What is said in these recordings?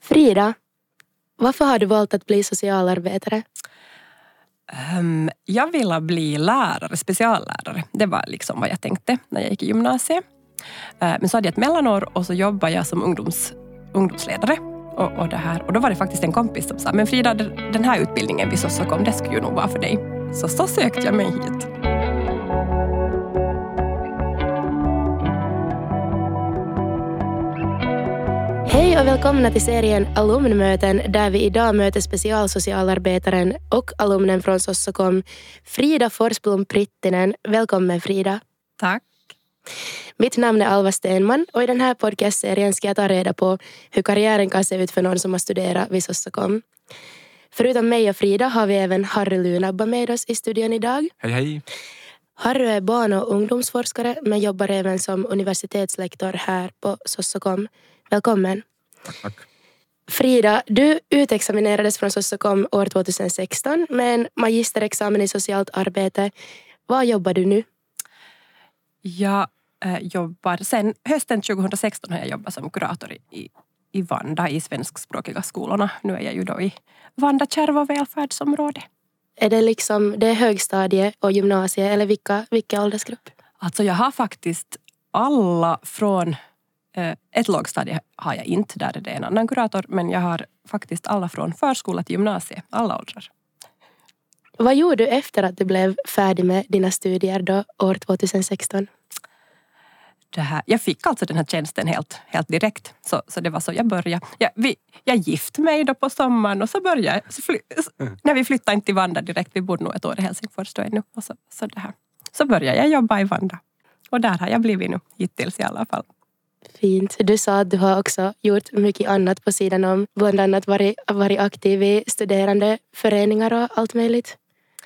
Frida, varför har du valt att bli socialarbetare? Jag ville bli lärare, speciallärare. Det var liksom vad jag tänkte när jag gick i gymnasiet. Men så hade jag ett mellanår och så jobbade jag som ungdomsledare. Och då var det faktiskt en kompis som sa, men Frida, den här utbildningen vid Sossokom, det skulle ju nog vara för dig. Så sökte jag mig hit. Hej och välkomna till serien Alumnmöten där vi idag möter specialsocialarbetaren och alumnen från Sossokom, Frida Forsblom Prittinen. Välkommen Frida. Tack. Mitt namn är Alva Stenman och i den här podcastserien ska jag ta reda på hur karriären kan se ut för någon som har studerat vid Sossokom. Förutom mig och Frida har vi även Harry Lunabba med oss i studion idag. Hej hej. Harry är barn- och ungdomsforskare men jobbar även som universitetslektor här på Sossokom. Välkommen. Tack. Frida, du utexaminerades från Sossokom år 2016 med en magisterexamen i socialt arbete. Vad jobbar du nu? Jag jobbar sen hösten 2016 har jag jobbat som kurator i Vanda i svenskspråkiga skolorna. Nu är jag ju då i Vanda kärv- och välfärdsområde. Är det är högstadie och gymnasie eller vilka åldersgrupp? Alltså jag har faktiskt alla från ett lågstadie har jag inte, där är det en annan kurator, men jag har faktiskt alla från förskola till gymnasie, alla åldrar. Vad gjorde du efter att du blev färdig med dina studier då år 2016? Jag fick alltså den här tjänsten helt direkt. Så det var så jag började. Jag gifte mig då på sommaren och så började när vi flyttade in till Vanda direkt. Vi bodde nog ett år i Helsingfors då ännu. Och så började jag jobba i Vanda. Och där har jag blivit nu hittills i alla fall. Fint. Du sa att du har också gjort mycket annat på sidan om. Bland annat varit aktiv i studerandeföreningar och allt möjligt.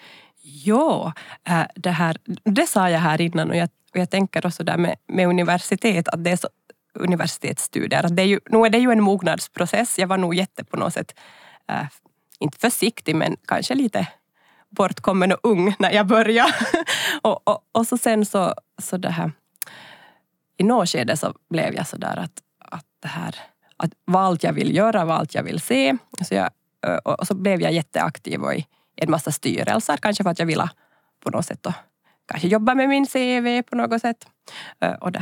Ja, det sa jag här innan och jag tänker också där med universitet att det är så universitetsstudier. Att nu är det ju en mognadsprocess. Jag var nog på något sätt inte försiktig men kanske lite bortkommen och ung när jag började. och så sen så det här i något skede så blev jag så där att vad allt jag vill göra, vad allt jag vill se. Och så blev jag jätteaktiv och i en massa styrelser. Kanske för att jag ville på något sätt då, kanske jobba med min CV på något sätt. Och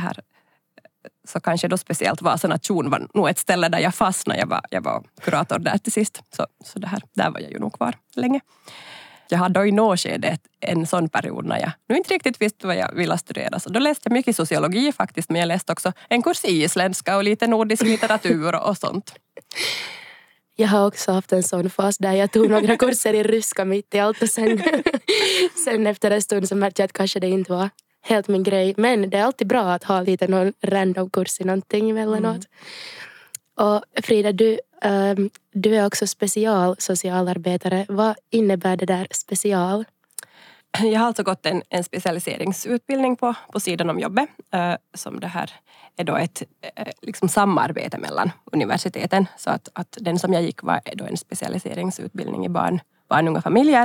så kanske då speciellt Vasanation var nog ett ställe där jag fastnade. Jag var kurator där till sist. Så där var jag ju nog kvar länge. Jag hade då i något skede en sån period när jag nu inte riktigt visste vad jag ville studera. Så då läste jag mycket sociologi faktiskt. Men jag läste också en kurs i isländska och lite nordisk litteratur och sånt. Jag har också haft en sån fas där jag tog några kurser i ryska mitt i allt. Och sen efter en stund så märkte jag att kanske det inte var helt min grej. Men det är alltid bra att ha lite någon random kurs i någonting emellanåt. Och Frida, du är också specialsocialarbetare. Vad innebär det där special? Jag har alltså gått en specialiseringsutbildning på sidan om jobbet. Som det här är då ett liksom samarbete mellan universiteten. Så att den som jag gick var då en specialiseringsutbildning i barn, unga familjer.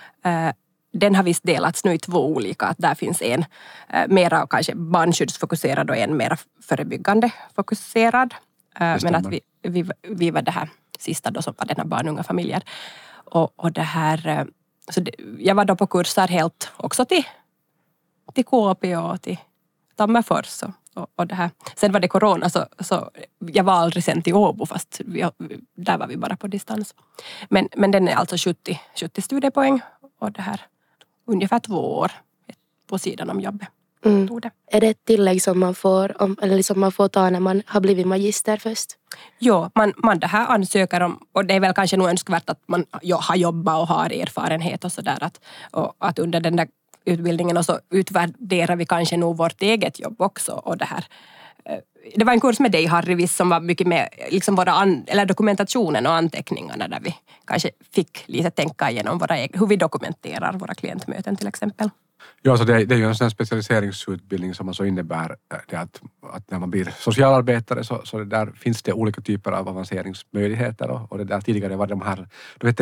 Den har visst delats nu i 2 olika. Att där finns en mera kanske barnskyddsfokuserad och en mera förebyggande fokuserad. Men att vi var det här sista då som var den här barn, unga familjer. Och det här... jag var då på kurser helt också till KP och till Tammerfors och det här. Sen var det corona så jag var aldrig sen till Åbo fast där var vi bara på distans. Men den är alltså 70 studiepoäng och det här ungefär 2 år på sidan om jobbet. Är det ett tillägg som man får ta när man har blivit magister först? Ja, man det här ansöker om, och det är väl kanske nog önskvärt att man har jobbat och har erfarenhet och sådär. Att under den där utbildningen och så utvärderar vi kanske nog vårt eget jobb också. Och det här. Det var en kurs med dig Harry som var mycket med liksom dokumentationen och anteckningarna där vi kanske fick lite tänka igenom hur vi dokumenterar våra klientmöten till exempel. Ja, så det är ju en sån specialiseringsutbildning som alltså innebär det att när man blir socialarbetare så det där finns det olika typer av avanceringsmöjligheter och det där tidigare var de här, då hette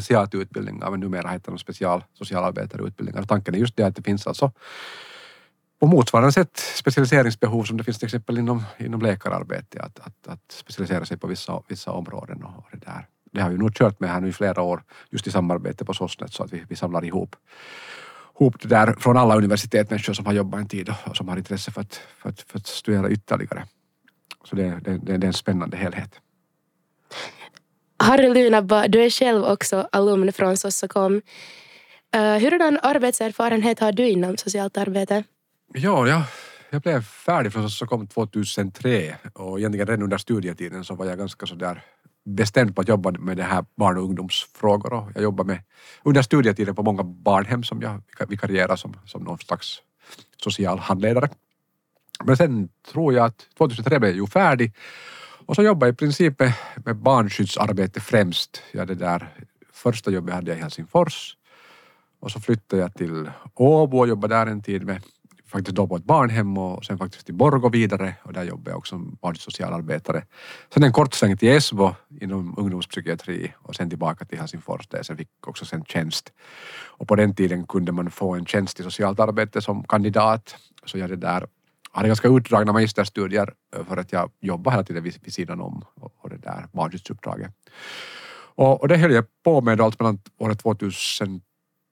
yrkeslicentiatutbildningar men numera heter de specialsocialarbetarutbildningar. Och tanken är just det att det finns alltså på motsvarande sätt specialiseringsbehov som det finns till exempel inom läkararbete, att specialisera sig på vissa områden och det där. Det har vi nog kört med här nu i flera år just i samarbete på SOSNET, så att vi samlar ihop det där från alla universitetsmänniskor som har jobbat en tid och som har intresse för att studera ytterligare. Så det är en spännande helhet. Harry Lunabba, du är själv också alumn från Sossokom. Hurdan arbetserfarenhet har du inom socialt arbete? Ja, jag blev färdig från Sossokom 2003 och egentligen redan under studietiden så var jag ganska så där bestämd på att jobba med det här barn- och ungdomsfrågor. Och jag jobbade under studietiden på många barnhem som jag vikarierade som någon slags social handledare. Men sen tror jag att 2003 blev jag ju färdig och så jobbade jag i princip med barnskyddsarbete främst. Det där första jobbet hade jag i Helsingfors och så flyttade jag till Åbo och jobbade där en tid med faktiskt då på ett barnhem och sen faktiskt till Borgå vidare och där jobbade jag också som barnsocialarbetare. Sen en kort sväng till Esbo inom ungdomspsykiatri och sen tillbaka till Helsingfors där jag fick också sen tjänst. Och på den tiden kunde man få en tjänst i socialt arbete som kandidat. Så jag hade ganska utdragna magisterstudier för att jag jobbade hela tiden vid sidan om och det där barnskyddsuppdraget. Och det höll jag på med allt mellan året 2003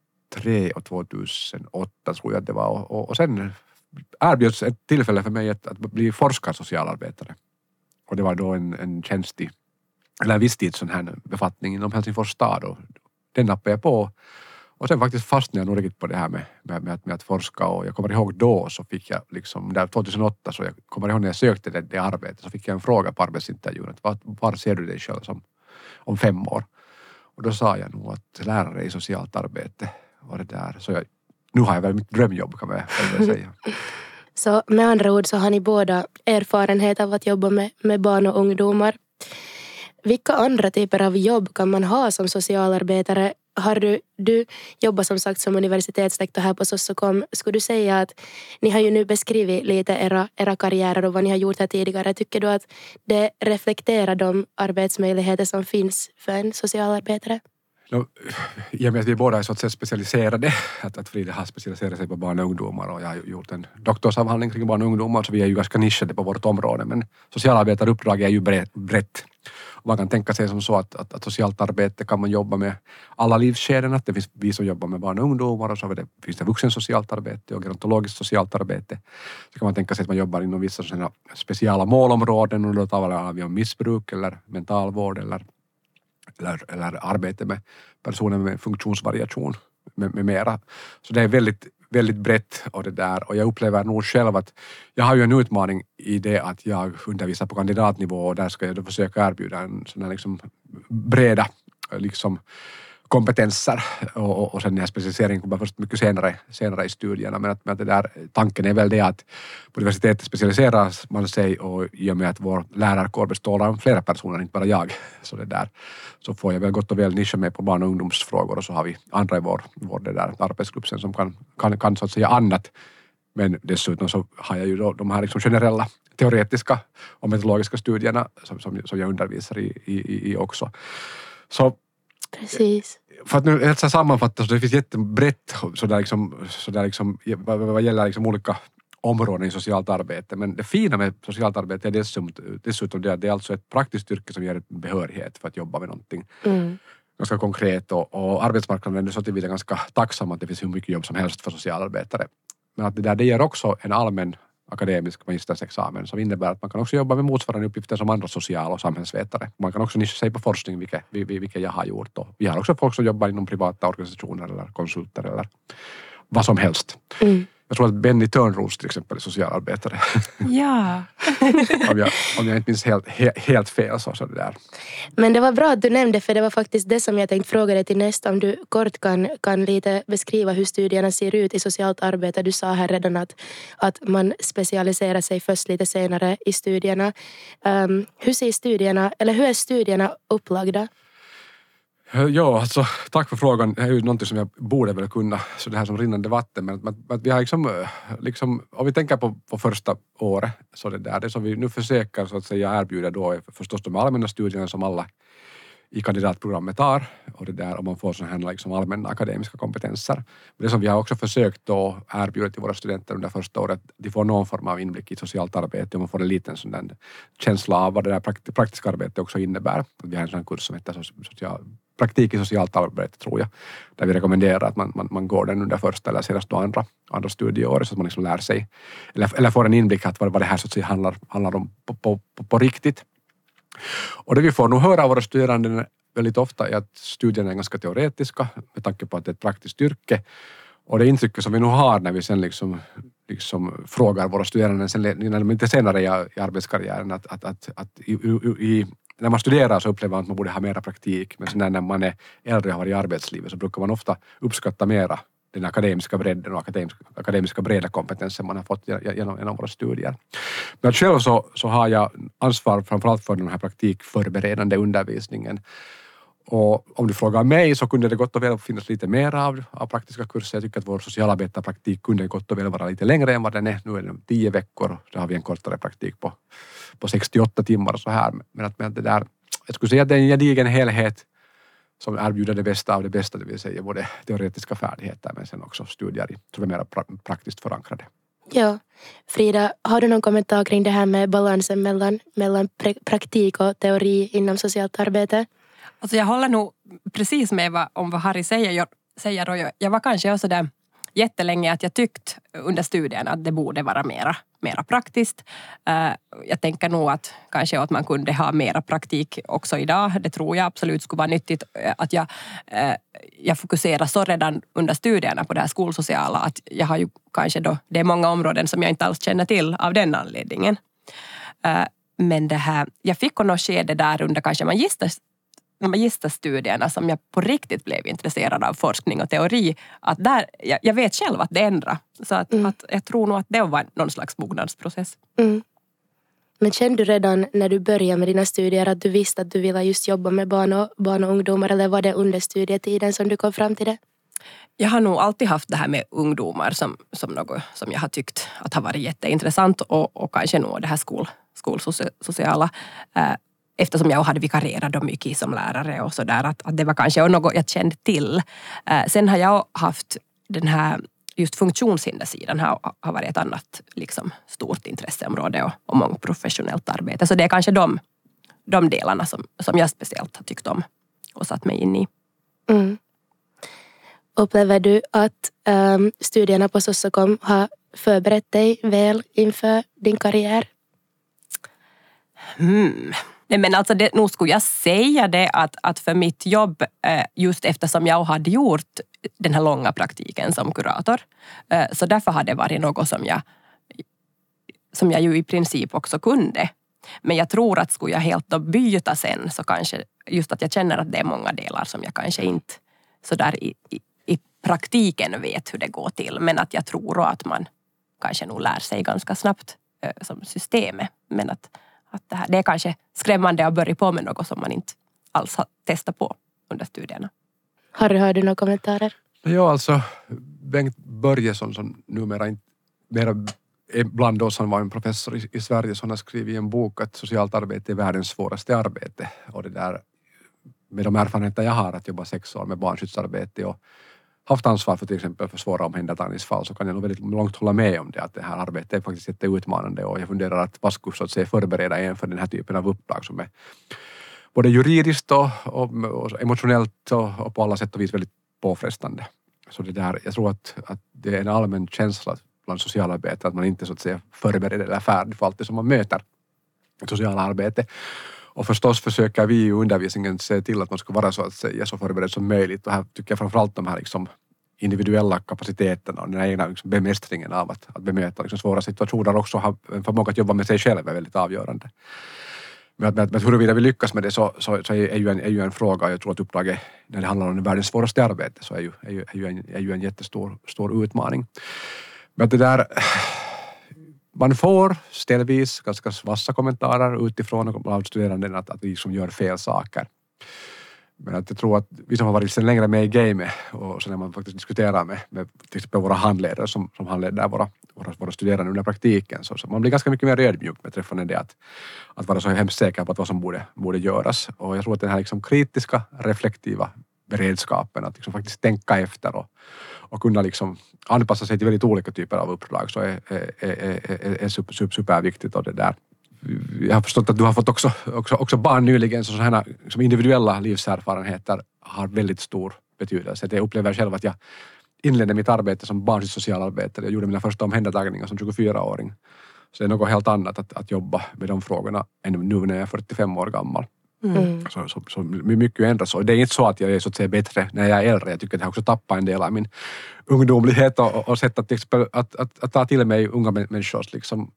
och 2008 tror jag det var. Och sen erbjöds ett tillfälle för mig att bli forskarsocialarbetare. Och det var då en tjänst eller en viss tid sån här befattning inom Helsingfors stad. Och den nappade jag på. Och sen faktiskt fastnade jag nog riktigt på det här med att forska. Och jag kommer ihåg då så fick jag liksom, där 2008 så jag kommer ihåg när jag sökte det arbetet så fick jag en fråga på arbetsintervjun. Var ser du dig själv om 5 år? Och då sa jag nog att lärare i socialt arbete var det där. Så nu har jag väl mitt drömjobb kan man säga. Så med andra ord så har ni båda erfarenhet av att jobba med barn och ungdomar. Vilka andra typer av jobb kan man ha som socialarbetare? Har du jobbar som sagt som universitetslektor här på Sossokom. Skulle du säga att ni har ju nu beskrivit lite era karriärer och vad ni har gjort här tidigare. Tycker du att det reflekterar de arbetsmöjligheter som finns för en socialarbetare? I och med att vi båda är så att säga specialiserade, att Frida har specialiserat sig på barn och ungdomar och jag har gjort en doktorsavhandling kring barn och ungdomar så vi är ju ganska nischade på vårt område men socialarbetaruppdrag är ju brett. Man kan tänka sig som så att socialt arbete kan man jobba med alla livsskeden, att det finns vi som jobbar med barn och ungdomar och så finns det vuxensocialt arbete och gerontologiskt socialt arbete. Så kan man tänka sig att man jobbar inom vissa sådana speciella målområden och då talar vi om missbruk eller mentalvård eller arbete med personer med funktionsvariation med mera. Så det är väldigt, väldigt brett och det där. Och jag upplever nog själv att jag har ju en utmaning i det att jag undervisar på kandidatnivå och där ska jag då försöka erbjuda en sån här liksom breda liksom kompetenser och sen den specialiseringen kommer först mycket senare i studierna. Men att det där, tanken är väl det att på universitetet specialiserar man sig och i och med att vår lärarkår består av flera personer, inte bara jag. Så det där så får jag väl gott och väl nischa mig på barn- och ungdomsfrågor och så har vi andra i vår det där arbetsgrupp som kan så att säga annat. Men dessutom så har jag ju då de här liksom generella teoretiska och metodologiska studierna som jag undervisar i också. Så precis. För att nu helt sammanfatta så det finns jättebrett sådär liksom vad gäller liksom olika områden i socialt arbete. Men det fina med socialt arbete är dessutom det att det är alltså ett praktiskt yrke som ger behörighet för att jobba med någonting ganska konkret och arbetsmarknaden är så tillvida ganska tacksam att det finns hur mycket jobb som helst för socialarbetare. Men att det ger också en allmän akademisk magistersexamen som innebär att man kan också jobba med motsvarande uppgifter som andra social- och samhällsvetare. Man kan också nischa sig på forskning, vilket jag har gjort. Och vi har också folk som jobbar inom privata organisationer eller konsulter eller vad som helst. Jag tror att Benny Törnros till exempel är socialarbetare. Ja. om jag inte minns helt fel så det där. Men det var bra att du nämnde, för det var faktiskt det som jag tänkte fråga dig till nästa. Om du kort kan lite beskriva hur studierna ser ut i socialt arbete. Du sa här redan att man specialiserar sig först lite senare i studierna. Hur är studierna upplagda? Ja, alltså tack för frågan. Det är ju någonting som jag borde väl kunna, så det här som rinnande vatten. Men vi har liksom om vi tänker på första året, så det som vi nu försöker så att säga erbjuda då är förstås de allmänna studierna som alla i kandidatprogrammet tar och det där om man får sådana här liksom allmänna akademiska kompetenser. Men det som vi har också försökt då erbjuda till våra studenter under första året, de får någon form av inblick i socialt arbete och man får en liten sån där känsla av vad det där praktiska arbetet också innebär. Vi har en sån kurs som heter praktik i socialt arbete tror jag, där vi rekommenderar att man går den under första eller senast då andra studieåret så att man liksom lär sig eller får en inblick att vad det här så att säga handlar om på riktigt. Och det vi får nog höra av våra studerande väldigt ofta är att studierna är ganska teoretiska med tanke på att det är ett praktiskt yrke. Och det intrycket som vi nog har när vi sen liksom frågar våra studerande sen, lite senare i arbetskarriären att när man studerar så upplever man att man borde ha mera praktik. Men sen när man är äldre och har i arbetslivet så brukar man ofta uppskatta mera den akademiska bredden och akademiska breda kompetensen man har fått genom våra studier. Men själv så har jag ansvar framförallt för den här praktikförberedande undervisningen. Och om du frågar mig så kunde det gott och väl finnas lite mer av praktiska kurser. Jag tycker att vår socialarbetarpraktik kunde gott och väl vara lite längre än vad den är. Nu är den 10 veckor. Då har vi en kortare praktik på 68 timmar och så här. Men att det där, jag skulle säga att det är en gedigen helhet som erbjuder det bästa av det bästa, det vill säga både teoretiska färdigheter men sen också studier som är mer praktiskt förankrade. Ja, Frida, har du någon kommentar kring det här med balansen mellan praktik och teori inom socialt arbete? Alltså jag håller nog precis med om vad Harry säger och jag var kanske så där jättelänge att jag tyckt under studierna att det borde vara mera praktiskt. Jag tänker nog att kanske att man kunde ha mera praktik också idag. Det tror jag absolut skulle vara nyttigt att jag fokuserar så redan under studierna på det här skolsociala att jag har ju kanske då, det är många områden som jag inte alls känner till av den anledningen. Men det här, jag fick något skede där under kanske magisterstudierna som jag på riktigt blev intresserad av forskning och teori. Att där, jag vet själv att det ändrar. Så att jag tror nog att det var någon slags mognadsprocess. Mm. Men kände du redan när du började med dina studier att du visste att du ville just jobba med barn och ungdomar eller var det under studietiden som du kom fram till det? Jag har nog alltid haft det här med ungdomar som något som jag har tyckt att har varit jätteintressant och kanske nog det här skolsociala eftersom jag hade vikarierat då mycket som lärare och sådär att det var kanske något jag kände till. Sen har jag haft den här just funktionshindersidan har varit ett annat liksom, stort intresseområde och mångprofessionellt arbete. Så det är kanske de delarna som jag speciellt har tyckt om och satt mig in i. Mm. Upplever du att studierna på Sossokom har förberett dig väl inför din karriär? Nej, men alltså nog skulle jag säga det att för mitt jobb, just eftersom jag hade gjort den här långa praktiken som kurator, så därför hade det varit något som jag ju i princip också kunde. Men jag tror att skulle jag helt då byta sen så kanske just att jag känner att det är många delar som jag kanske inte så där i praktiken vet hur det går till. Men att jag tror att man kanske nog lär sig ganska snabbt som systemet. Men att det är kanske skrämmande att börja på med något som man inte alls har testat på under studierna. Harry, har du några kommentarer? Ja, alltså Bengt Börjesson som numera inte mera bland oss, han var en professor i Sverige som har skrivit i en bok att socialt arbete är världens svåraste arbete. Och det där, med de erfarenheter jag har att jobba 6 år med barnskyddsarbete och haft ansvar för till exempel för svåra omhändertagningsfall så kan jag nog väldigt långt hålla med om det att det här arbetet är faktiskt jätteutmanande och jag funderar att vad skulle så att säga förbereda en för den här typen av uppdrag som är både juridiskt och emotionellt och på alla sätt och vis väldigt påfrestande. Så det där, jag tror att det är en allmän känsla bland socialarbetare att man inte så att säga förbereder eller färdig för allt det som man möter i sociala arbete. Och förstås försöker vi i undervisningen se till att man ska vara så att säga så förberedd som möjligt. Och här tycker jag framförallt de här liksom individuella kapaciteterna och den här egna liksom bemästringen av att bemöta liksom svåra situationer också har en förmåga att jobba med sig själv är väldigt avgörande. Men huruvida vi lyckas med det så är ju en fråga. Jag tror att uppdraget när det handlar om världens svåraste arbete så är ju en jättestor utmaning. Men det där, man får ställvis ganska vassa kommentarer utifrån av studeranden att vi liksom gör fel saker. Men att jag tror att vi som har varit längre med i gamet och sen när man faktiskt diskuterar med till exempel våra handledare som handleder våra studerande under praktiken så man blir ganska mycket mer ödmjuk beträffande det att vara så hemskt säker på att vad som borde göras. Och jag tror att den här liksom kritiska, reflektiva beredskapen att liksom faktiskt tänka efter och kunna liksom anpassa sig till väldigt olika typer av uppdrag så är superviktigt och det där. Jag har förstått att du har fått också barn nyligen så sådana som individuella livserfarenheter har väldigt stor betydelse. Jag upplever själv att jag inledde mitt arbete som barnsocialarbetare. Jag gjorde mina första omhändertagningar som 24-åring. Så det är något helt annat att jobba med de frågorna än nu när jag är 45 år gammal. Så mycket ändras. Och det är inte så att jag är så att säga bättre när jag är äldre. Jag tycker att jag också tappar en del av min ungdomlighet och sätt att ta till mig unga människors liksom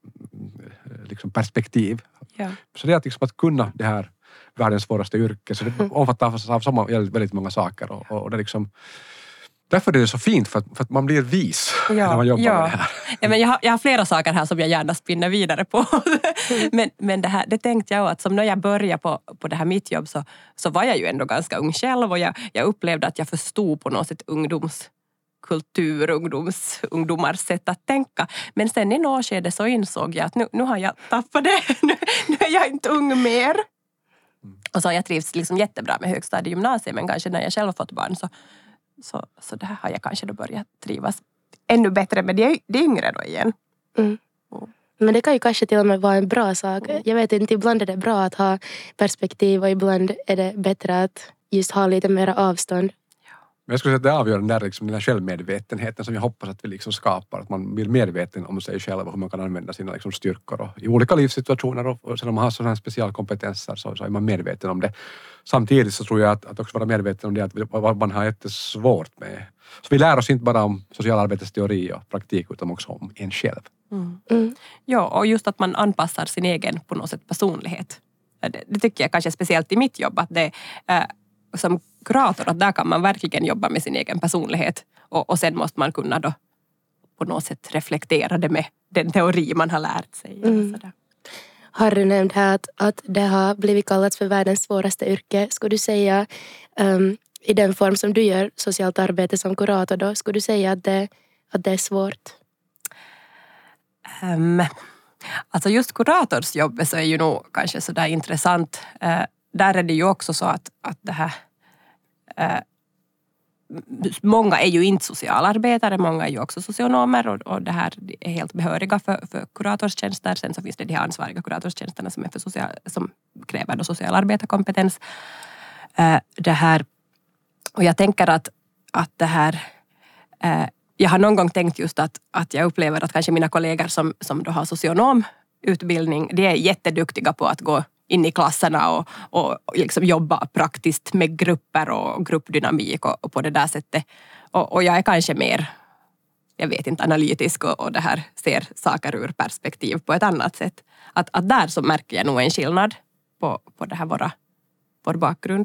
perspektiv. Ja. Så det är liksom att kunna det här världens svåraste yrke. Så det omfattar av väldigt många saker. Och det är liksom, därför är det så fint för att man blir vis när man jobbar med det här. Ja, men jag har flera saker här som jag gärna spinner vidare på. Men det tänkte jag att som när jag började på det här mitt jobb så var jag ju ändå ganska ung själv och jag upplevde att jag förstod på något sätt ungdomskultur, ungdomars sätt att tänka. Men sen i något skede så insåg jag att nu har jag tappat det. Nu är jag inte ung mer. Och så har jag trivts liksom jättebra med högstadiegymnasiet men kanske när jag själv har fått barn så det här har jag kanske då börjat trivas ännu bättre med de yngre då igen. Men det kan ju kanske till och med vara en bra sak. Jag vet inte, ibland är det bra att ha perspektiv och ibland är det bättre att just ha lite mer avstånd. Men jag skulle säga att det avgörande är liksom den här självmedvetenheten som jag hoppas att vi liksom skapar. Att man blir medveten om sig själv och hur man kan använda sina liksom styrkor i olika livssituationer. Och sen om man har sådana här specialkompetenser så är man medveten om det. Samtidigt så tror jag att också vara medveten om det att man har jättesvårt med. Så vi lär oss inte bara om socialarbetets teori och praktik utan också om en själv. Ja, och just att man anpassar sin egen på något sätt personlighet. Det tycker jag kanske speciellt i mitt jobb att det som kurator att där kan man verkligen jobba med sin egen personlighet och sen måste man kunna då på något sätt reflektera det med den teori man har lärt sig. Har du nämnt här att det har blivit kallat för världens svåraste yrke? Skulle du säga i den form som du gör socialt arbete som kurator då, skulle du säga att det är svårt? Alltså just kuratorsjobbet så är ju nog kanske sådär intressant. Där är det ju också så att det här många är ju inte socialarbetare, många är ju också socionomer och det här är helt behöriga för kuratorstjänster. Sen så finns det de här ansvariga kuratorstjänsterna som är som kräver då socialarbetarkompetens. Det här, och jag tänker att det här jag har någon gång tänkt just att jag upplever att kanske mina kollegor som då har socionomutbildning, de är jätteduktiga på att gå in i klasserna och liksom jobba praktiskt med grupper och gruppdynamik och på det där sättet. Och jag är kanske mer, jag vet inte, analytisk och det här ser saker ur perspektiv på ett annat sätt. Att där så märker jag nog en skillnad på det här vår bakgrund.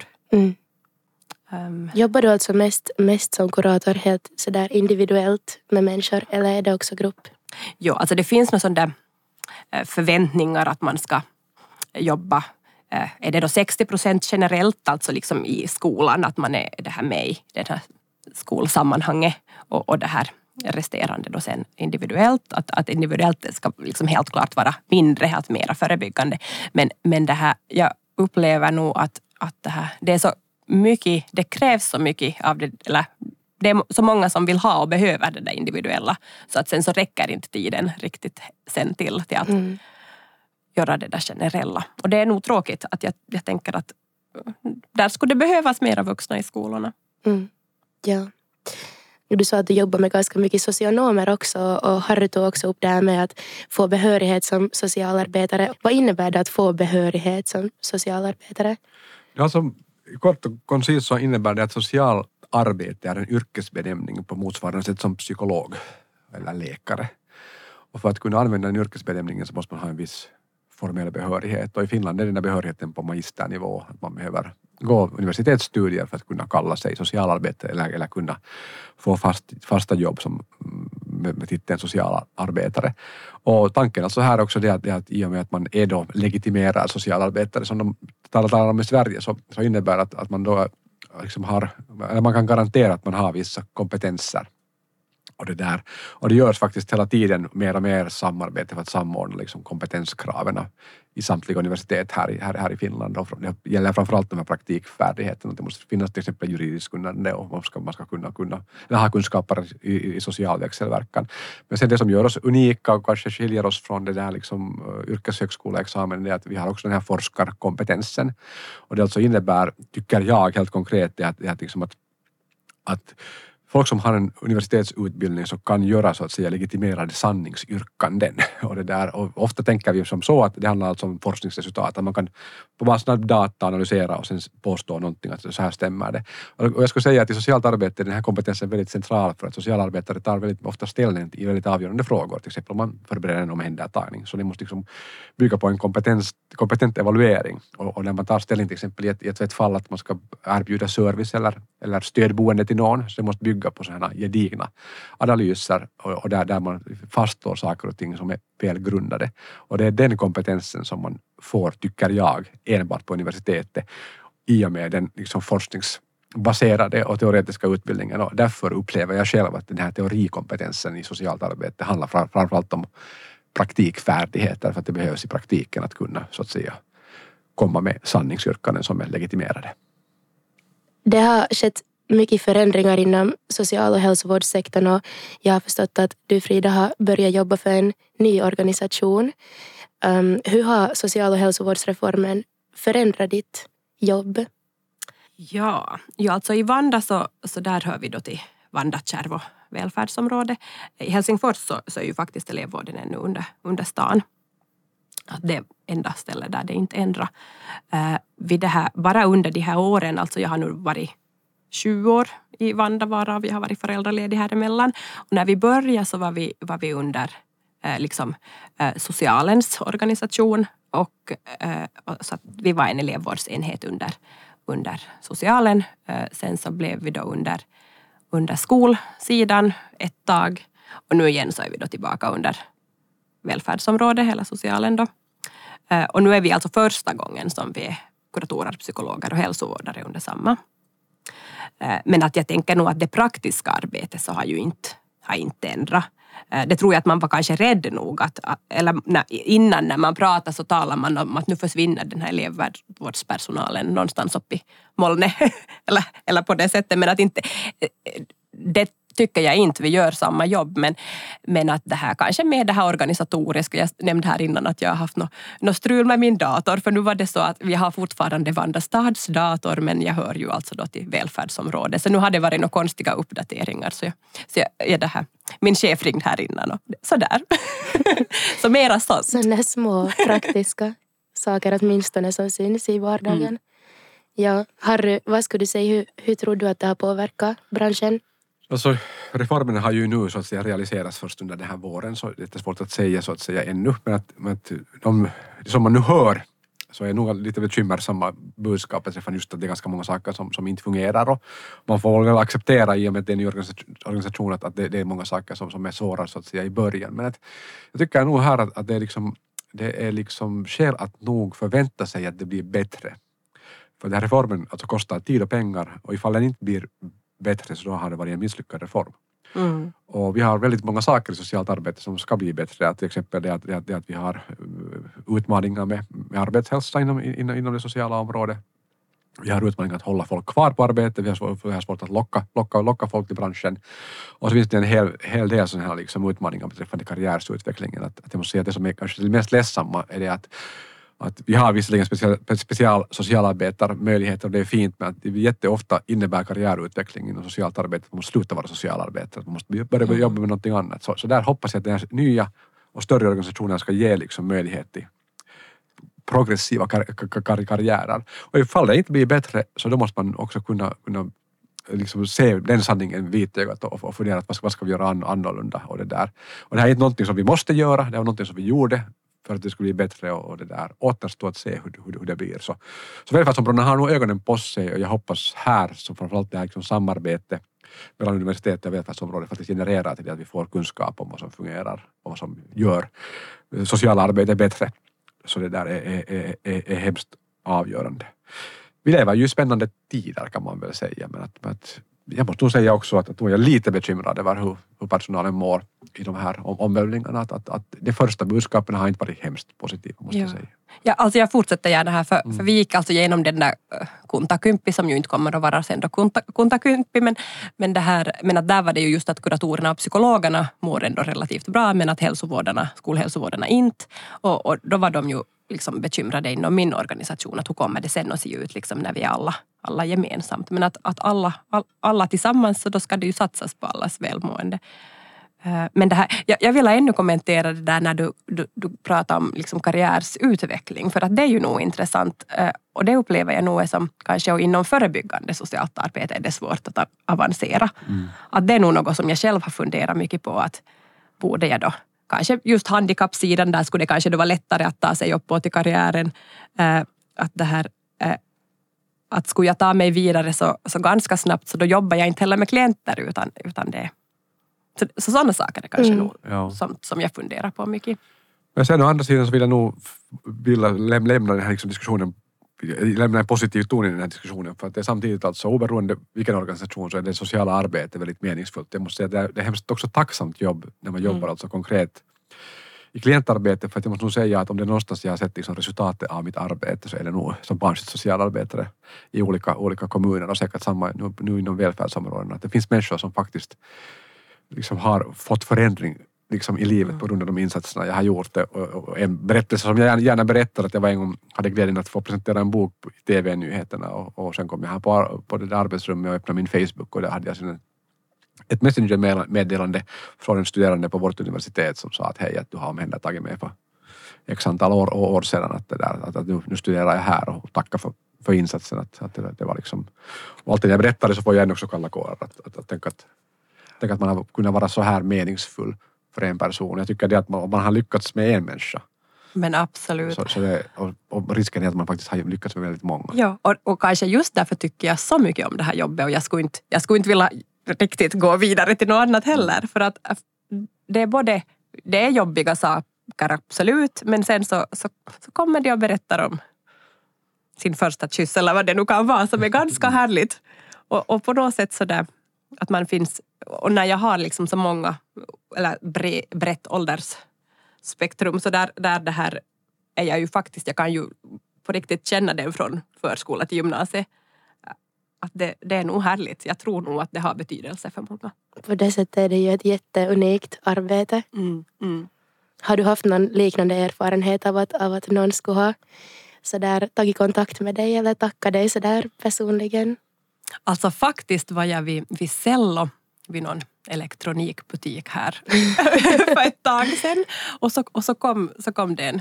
Jobbar du alltså mest som kurator helt sådär individuellt med människor eller är det också grupp? Jo, alltså det finns några sådana förväntningar att man ska jobba, är det då 60% generellt, alltså liksom i skolan, att man är det här med i det här skolsammanhanget och det här resterande då sen individuellt, att individuellt ska liksom helt klart vara mindre, att mera förebyggande. Men det här, jag upplever nog att det här, det är så mycket, det krävs så mycket av det, eller det är så många som vill ha och behöver det där individuella, så att sen så räcker inte tiden riktigt sen till att göra det där generella. Och det är nog tråkigt att jag tänker att där skulle det behövas mera vuxna i skolorna. Ja. Du sa att du jobbar med ganska mycket socionomer också och Harry tog också upp det här med att få behörighet som socialarbetare. Vad innebär det att få behörighet som socialarbetare? Alltså, kort och koncist så innebär det att socialarbete är en yrkesbenämning på motsvarande sätt som psykolog eller läkare. Och för att kunna använda den yrkesbenämningen så måste man ha en viss formell behörighet. Och i Finland är den där behörigheten på magisternivå. Att man behöver gå universitetsstudier för att kunna kalla sig socialarbetare eller kunna få fasta jobb som med titeln socialarbetare. Och tanken alltså här också det att i och med att man är då legitimerad socialarbetare som de talar om i Sverige så innebär att man då liksom eller man kan garantera att man har vissa kompetenser. Och det görs faktiskt hela tiden mer och mer samarbete för att samordna liksom kompetenskraven i samtliga universitet här i Finland. Och det gäller framförallt de här praktikfärdigheterna. Det måste finnas till exempel juridiskt kunnande och man ska kunna eller ha kunskaper i social växelverkan. Men sen det som gör oss unika och kanske skiljer oss från det där liksom yrkeshögskoleexamen är att vi har också den här forskarkompetensen. Och det alltså innebär, tycker jag helt konkret, att folk som har en universitetsutbildning så kan göra så att säga legitimerade sanningsyrkanden. Och ofta tänker vi som så att det handlar alltså om forskningsresultat. Att man kan på bara snabb data analysera och sen påstå någonting att så här stämmer det. Och jag skulle säga att i socialt arbete är den här kompetensen väldigt central för att socialarbetare tar väldigt ofta ställning i väldigt avgörande frågor. Till exempel om man förbereder en omhändertagning. Så det måste liksom bygga på en kompetent evaluering. Och när man tar ställning till exempel i ett fall att man ska erbjuda service eller stödboende till någon, så det måste bygga på sådana gedigna analyser och där man fastslår saker och ting som är välgrundade. Och det är den kompetensen som man får, tycker jag, enbart på universitetet i och med den liksom forskningsbaserade och teoretiska utbildningen. Och därför upplever jag själv att den här teorikompetensen i socialt arbete handlar framförallt om praktikfärdigheter, för att det behövs i praktiken att kunna så att säga komma med sanningsyrkanden som är legitimerade. Det har skett mycket förändringar inom social- och hälsovårdssektorn och jag har förstått att du, Frida, har börjat jobba för en ny organisation. Hur har social- och hälsovårdsreformen förändrat ditt jobb? Ja, alltså i Vanda så där hör vi då till Vanda kärv- och välfärdsområde. I Helsingfors så är ju faktiskt elevvården ännu under stan. Att det är enda stället där det inte ändrar. Vid det här, bara under de här åren, alltså jag har nu varit 20 år i Vanda, varav vi har varit föräldraledig här emellan. Och när vi började så var vi under socialens organisation och så att vi var en elevvårdsenhet under socialen. Sen så blev vi då under skolsidan ett tag och nu igen så är vi då tillbaka under välfärdsområdet, hela socialen då. Och nu är vi alltså första gången som vi är kuratorer, psykologer och hälsovårdare under samma. Men att jag tänker nog att det praktiska arbetet så har inte ändrat. Det tror jag att man var kanske rädd nog innan när man pratar så talar man om att nu försvinner den här elevvårdspersonalen någonstans upp i molnet eller på det sättet, men att inte det tycker jag inte, vi gör samma jobb, men att det här kanske med det här organisatoriska, jag nämnde här innan att jag har haft något strul med min dator, för nu var det så att vi har fortfarande Vanda stads dator, men jag hör ju alltså då till välfärdsområdet, så nu har det varit några konstiga uppdateringar, så jag det här, min chef ringde här innan och sådär. Så mera sånt. Sådana små praktiska saker åtminstone som syns i vardagen. Ja, Harry, vad skulle du säga, hur tror du att det har påverkat branschen? Alltså, reformerna har ju nu så att säga realiserats först under den här våren, så det är svårt att säga så att säga ännu, men att det som man nu hör så är nog lite bekymmersamma budskapet för just att det är ganska många saker som inte fungerar, och man får väl acceptera i och med att det är en ny organisation att det är många saker som är svåra så att säga i början, men att jag tycker nog här att det är liksom skäl att nog förvänta sig att det blir bättre. För den här reformen alltså kostar tid och pengar, och ifall den inte blir bättre så då har det varit en misslyckad reform. Och vi har väldigt många saker i socialt arbete som ska bli bättre. Till exempel det att vi har utmaningar med arbetshälsa inom det sociala området. Vi har utmaningar att hålla folk kvar på arbetet. Vi har svårt att locka folk till branschen. Och så finns det en hel del sådana här liksom utmaningar beträffande karriärsutvecklingen. Att jag måste säga att det som är kanske det mest ledsamma är det att vi har visserligen special socialarbetarmöjligheter och det är fint, men att det jätteofta innebär karriärutveckling inom socialt arbete att man måste sluta vara socialarbetare, att man måste börja jobba med någonting annat. Så där hoppas jag att den här nya och större organisationen ska ge liksom möjlighet till progressiva karriärer. Och ifall det inte blir bättre så då måste man också kunna liksom se den sanningen vitögat och fundera att vad ska vi göra annorlunda och det där. Och det här är inte någonting som vi måste göra, det var någonting som vi gjorde för att det skulle bli bättre, och det där återstår att se hur det blir. Så välfärdsområdena har nog ögonen på sig, och jag hoppas här som framförallt det här liksom samarbete mellan universitetet och välfärdsområdet faktiskt genererar till det att vi får kunskap om vad som fungerar och vad som gör sociala arbete bättre. Så det där är hemskt avgörande. vi lever ju i spännande tider kan man väl säga. Men att jag måste nog säga också att jag är lite bekymrad över hur personalen mår i de här omvälvningarna. Att de första budskapen har inte varit hemskt positiva, måste jag säga. Ja, alltså jag fortsätter gärna här, för vi gick alltså igenom den där kuntakympi som ju inte kommer att vara sen då kuntakympi, men att där var det ju just att kuratorerna och psykologerna mår ändå relativt bra, men att skolhälsovårdarna inte. Och då var de ju liksom bekymrade inom min organisation att hur kommer det sen att se ut liksom när vi är alla gemensamt. Men att alla tillsammans, så då ska det ju satsas på allas välmående. Men det här, jag vill ännu kommentera det där när du pratar om liksom karriärsutveckling, för att det är ju nog intressant, och det upplever jag nog som kanske inom förebyggande socialt arbete är det svårt att avancera. Att det är nog något som jag själv har funderat mycket på, att borde jag då kanske just handikappsidan, där skulle det kanske då vara lättare att ta sig uppåt i karriären, att det här att skulle jag ta mig vidare så ganska snabbt, så då jobbar jag inte heller med klienter utan det. Så sådana saker är kanske nog som jag funderar på mycket. Men sen å andra sidan så vill jag nog lämna den här liksom diskussionen, lämna en positiv ton i den här diskussionen, för att det är samtidigt alltså oberoende vilken organisation så är det sociala arbetet väldigt meningsfullt. Jag måste säga att det är hemskt också tacksamt jobb när man jobbar alltså konkret i klientarbete, för att jag måste nog säga att om det är någonstans jag har sett liksom resultatet av mitt arbete, så är det nog som barnsocialarbetare i olika kommuner och säkert samma nu inom välfärdsområdena. Att det finns människor som faktiskt liksom har fått förändring liksom i livet på grund av de insatserna jag har gjort. Det. Och en berättelse som jag gärna berättar, att jag var en gång hade glädjen att få presentera en bok i TV-nyheterna, och sen kom jag här på det där arbetsrummet och öppnade min Facebook, och där hade jag ett messenger-meddelande från en studerande på vårt universitet som sa att hej, att du har omhändertagit mig för x antal år sedan, att nu studerar jag här, och tacka för insatsen. Att det var liksom, och alltid när jag berättade så får jag också kalla kårar att tänka att man har kunnat vara så här meningsfull för en person. Jag tycker det att man har lyckats med en människa. Men absolut. Och risken är att man faktiskt har lyckats med väldigt många. Ja, och kanske just därför tycker jag så mycket om det här jobbet, och jag skulle inte vilja riktigt gå vidare till något annat heller, för att det är jobbiga saker, absolut, men sen så kommer de och berättar om sin första kyss eller vad det nu kan vara, som är ganska härligt. Och på något sätt sådär att man finns, och när jag har liksom så många, eller brett åldersspektrum, så där det här är jag ju faktiskt, jag kan ju på riktigt känna den från förskola till gymnasiet, att det är nog härligt. Jag tror nog att det har betydelse för många. På det sättet är det ju ett jätteunikt arbete. Har du haft någon liknande erfarenhet av att någon skulle ha så där tagit kontakt med dig eller tacka dig så där personligen? Alltså faktiskt var jag vid Cello, vid någon elektronikbutik här för ett tag sedan. Och så kom det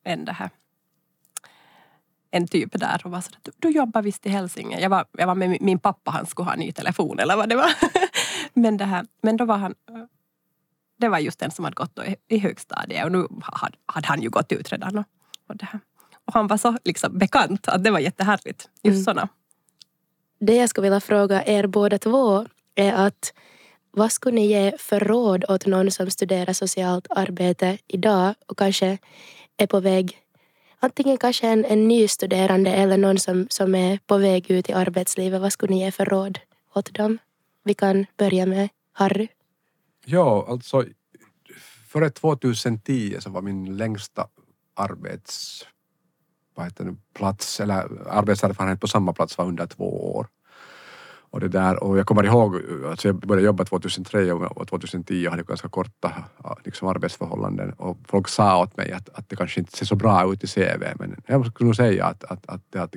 en typ där och var så att du jobbar visst i Hälsinge. Jag var med min pappa, han skulle ha en ny telefon eller vad det var. Men då var han, det var just den som hade gått i högstadiet, och nu hade han ju gått ut redan. Och han var så liksom bekant att det var jättehärligt. Just sådana. Det jag skulle vilja fråga er båda två är att vad skulle ni ge för råd åt någon som studerar socialt arbete idag och kanske är på väg, antingen kanske en ny studerande eller någon som är på väg ut i arbetslivet. Vad skulle ni ge för råd åt dem? Vi kan börja med Harry. Ja, alltså före 2010 så var min längsta plats eller arbetserfarenhet på samma plats var under 2 år. Och jag kommer ihåg, alltså jag började jobba 2003 och 2010 hade jag ganska korta liksom, arbetsförhållanden, och folk sa åt mig att det kanske inte ser så bra ut i CV, men jag skulle nog säga att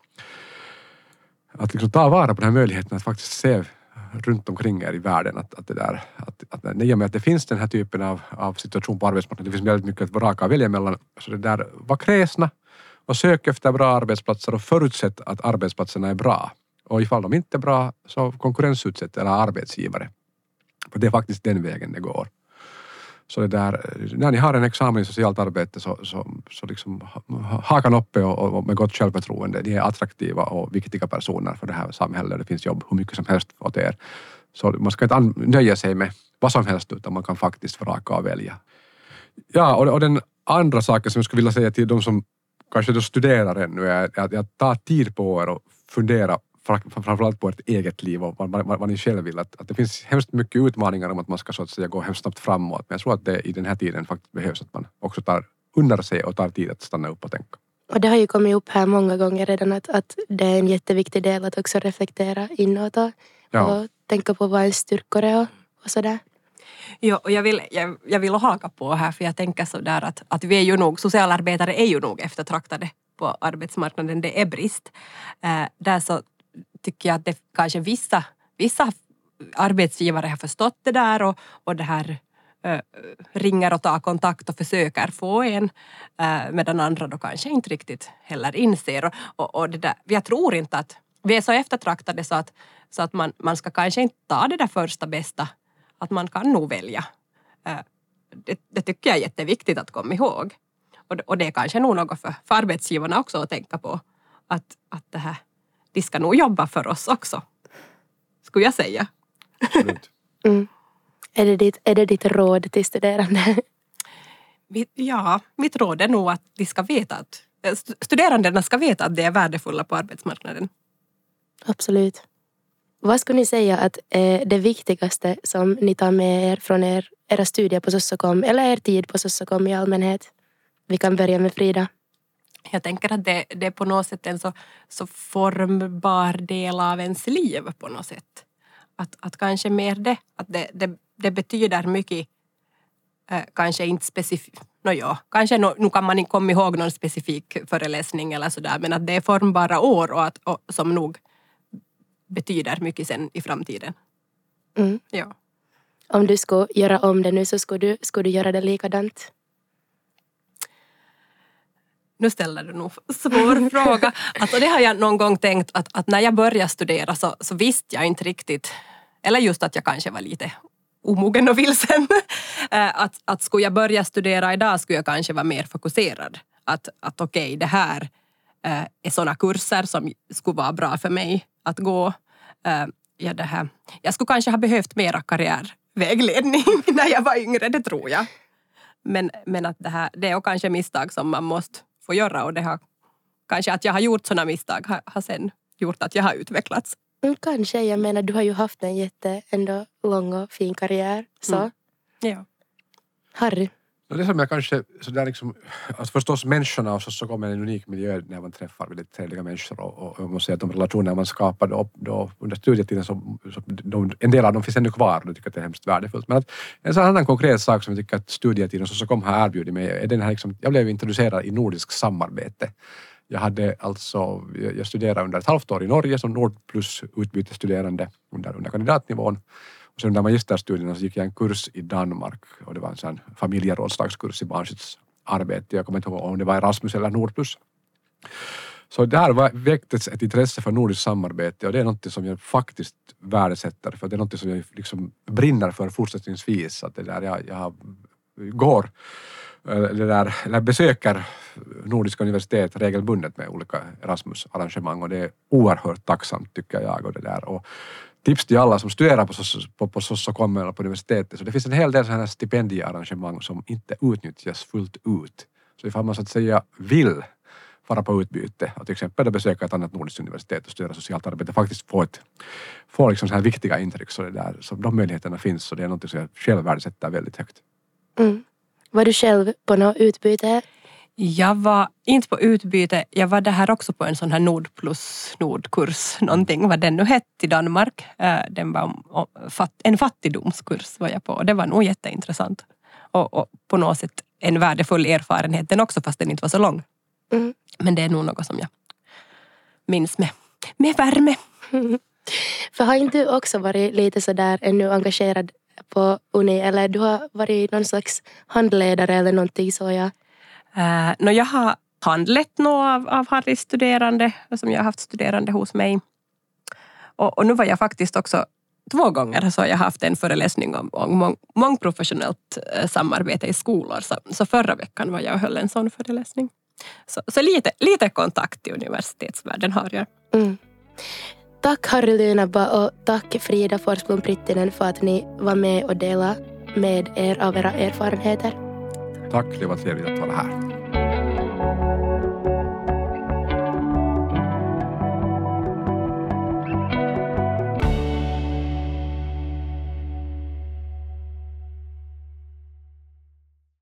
ta vara på den här möjligheten att faktiskt se runt omkring er i världen, att i och med att det finns den här typen av situation på arbetsmarknaden, det finns väldigt mycket att vraka och välja mellan, så var kräsna och sök efter bra arbetsplatser och förutsätt att arbetsplatserna är bra. Och ifall de inte är bra så konkurrensutsätt eller arbetsgivare. För det är faktiskt den vägen det går. Så när ni har en examen i socialt arbete så liksom hakan uppe och med gott självförtroende. Ni är attraktiva och viktiga personer för det här samhället. Det finns jobb hur mycket som helst åt er. Så man ska inte nöja sig med vad som helst, utan man kan faktiskt vraka och välja. Ja, och den andra saken som jag skulle vilja säga till de som kanske då studerar ännu är att jag tar tid på er och funderar framförallt på ert eget liv och vad ni själv vill. Att det finns hemskt mycket utmaningar om att man ska så att säga gå hemskt snabbt framåt. Men jag tror att det i den här tiden faktiskt behövs att man också undrar sig och tar tid att stanna upp och tänka. Och det har ju kommit upp här många gånger redan att det är en jätteviktig del att också reflektera inåt och tänka på vad ens styrkor är och sådär. Ja, och jag vill haka på här för jag tänker sådär att vi är ju nog, socialarbetare är ju nog eftertraktade på arbetsmarknaden, det är brist. Där så tycker jag att det kanske vissa arbetsgivare har förstått det där och det här ringer och tar kontakt och försöker få en medan andra då kanske inte riktigt heller inser och det där, jag tror inte att vi är så eftertraktade så att man ska kanske inte ta det där första bästa, att man kan nog välja. Det tycker jag är jätteviktigt att komma ihåg och det är kanske nog något för arbetsgivarna också att tänka på att det här, de ska nog jobba för oss också, skulle jag säga. Absolut. Är det ditt råd till studerande? Ja, mitt råd är nog att de ska veta att studerandena ska veta att de är värdefulla på arbetsmarknaden. Absolut. Vad skulle ni säga att är det viktigaste som ni tar med er från era studier på Sossokom eller er tid på Sossokom i allmänhet? Vi kan börja med Frida. Jag tänker att det är på något sätt en så formbar del av ens liv på något sätt. Att kanske mer det, att det betyder mycket, kanske inte specifikt, kanske nu kan man inte komma ihåg någon specifik föreläsning eller sådär, men att det är formbara år och som nog betyder mycket sen i framtiden. Ja. Om du skulle göra om det nu så skulle du göra det likadant? Nu ställer du nog svår fråga. Alltså det har jag någon gång tänkt att när jag började studera så visste jag inte riktigt, eller just att jag kanske var lite omogen och vilsen. Att skulle jag börja studera idag skulle jag kanske vara mer fokuserad. Att okej, det här är sådana kurser som skulle vara bra för mig att gå. Jag skulle kanske ha behövt mera karriärvägledning när jag var yngre, det tror jag. Men att det är kanske misstag som man måste få göra och det har kanske att jag har gjort sådana misstag har sen gjort att jag har utvecklats. Kanske, jag menar du har ju haft en ändå lång och fin karriär. Så. Ja. Harry? Det som jag kanske sådär liksom, att förstås människorna och så kommer en unik miljö när man träffar väldigt trevliga människor och jag måste säga att de relationer man skapar då under studietiden så en del av dem finns ännu kvar och jag tycker att det är hemskt värdefullt. Men att en sån annan konkret sak som jag tycker att studietiden så kom har erbjudit mig är den här liksom, jag blev introducerad i nordisk samarbete. Jag studerade under ett halvt år i Norge som Nord plus utbytesstuderande under kandidatnivån. Och sen under magisterstudierna så gick jag en kurs i Danmark och det var en sån familjerådslagskurs i barnskyddsarbete. Jag kommer inte ihåg om det var Erasmus eller Nord plus. Så där väcktes ett intresse för nordiskt samarbete och det är något som jag faktiskt värdesätter för det är något som jag liksom brinner för fortsättningsvis. Att det där jag går eller besöker Nordiska universitet regelbundet med olika Erasmus-arrangemang och det är oerhört tacksamt tycker jag och det där. Och tips till alla som studerar på Sossokom eller på universitetet. Så det finns en hel del sådana här stipendiearrangemang som inte utnyttjas fullt ut. Så ifall man så att säga vill fara på utbyte och till exempel besöka ett annat nordiskt universitet och studera socialt arbete faktiskt få liksom så här viktiga intryck så det där. Så de möjligheterna finns och det är något som jag själv värdesätter väldigt högt. Var du själv på något utbyte? Jag var inte på utbyte. Jag var där också på en sån här Nord plus Nord-kurs. Någonting vad den nu hette i Danmark. Den var en fattigdomskurs var jag på. Det var nog jätteintressant. Och på något sätt en värdefull erfarenhet. Den också fast den inte var så lång. Men det är nog något som jag minns med värme. För har inte du också varit lite sådär ännu engagerad på uni? Eller du har varit någon slags handledare eller någonting så Jag har handlett av Harrys studerande som jag har haft studerande hos mig. Och nu var jag faktiskt också 2 gånger så jag har haft en föreläsning om mångprofessionellt samarbete i skolor. Så förra veckan var jag och höll en sån föreläsning. Så lite kontakt i universitetsvärlden har jag. Tack Harry Lynäbba och tack Frida Forsblom Prittinen för att ni var med och delade med er av era erfarenheter. Tack, det var trevligt att vara här.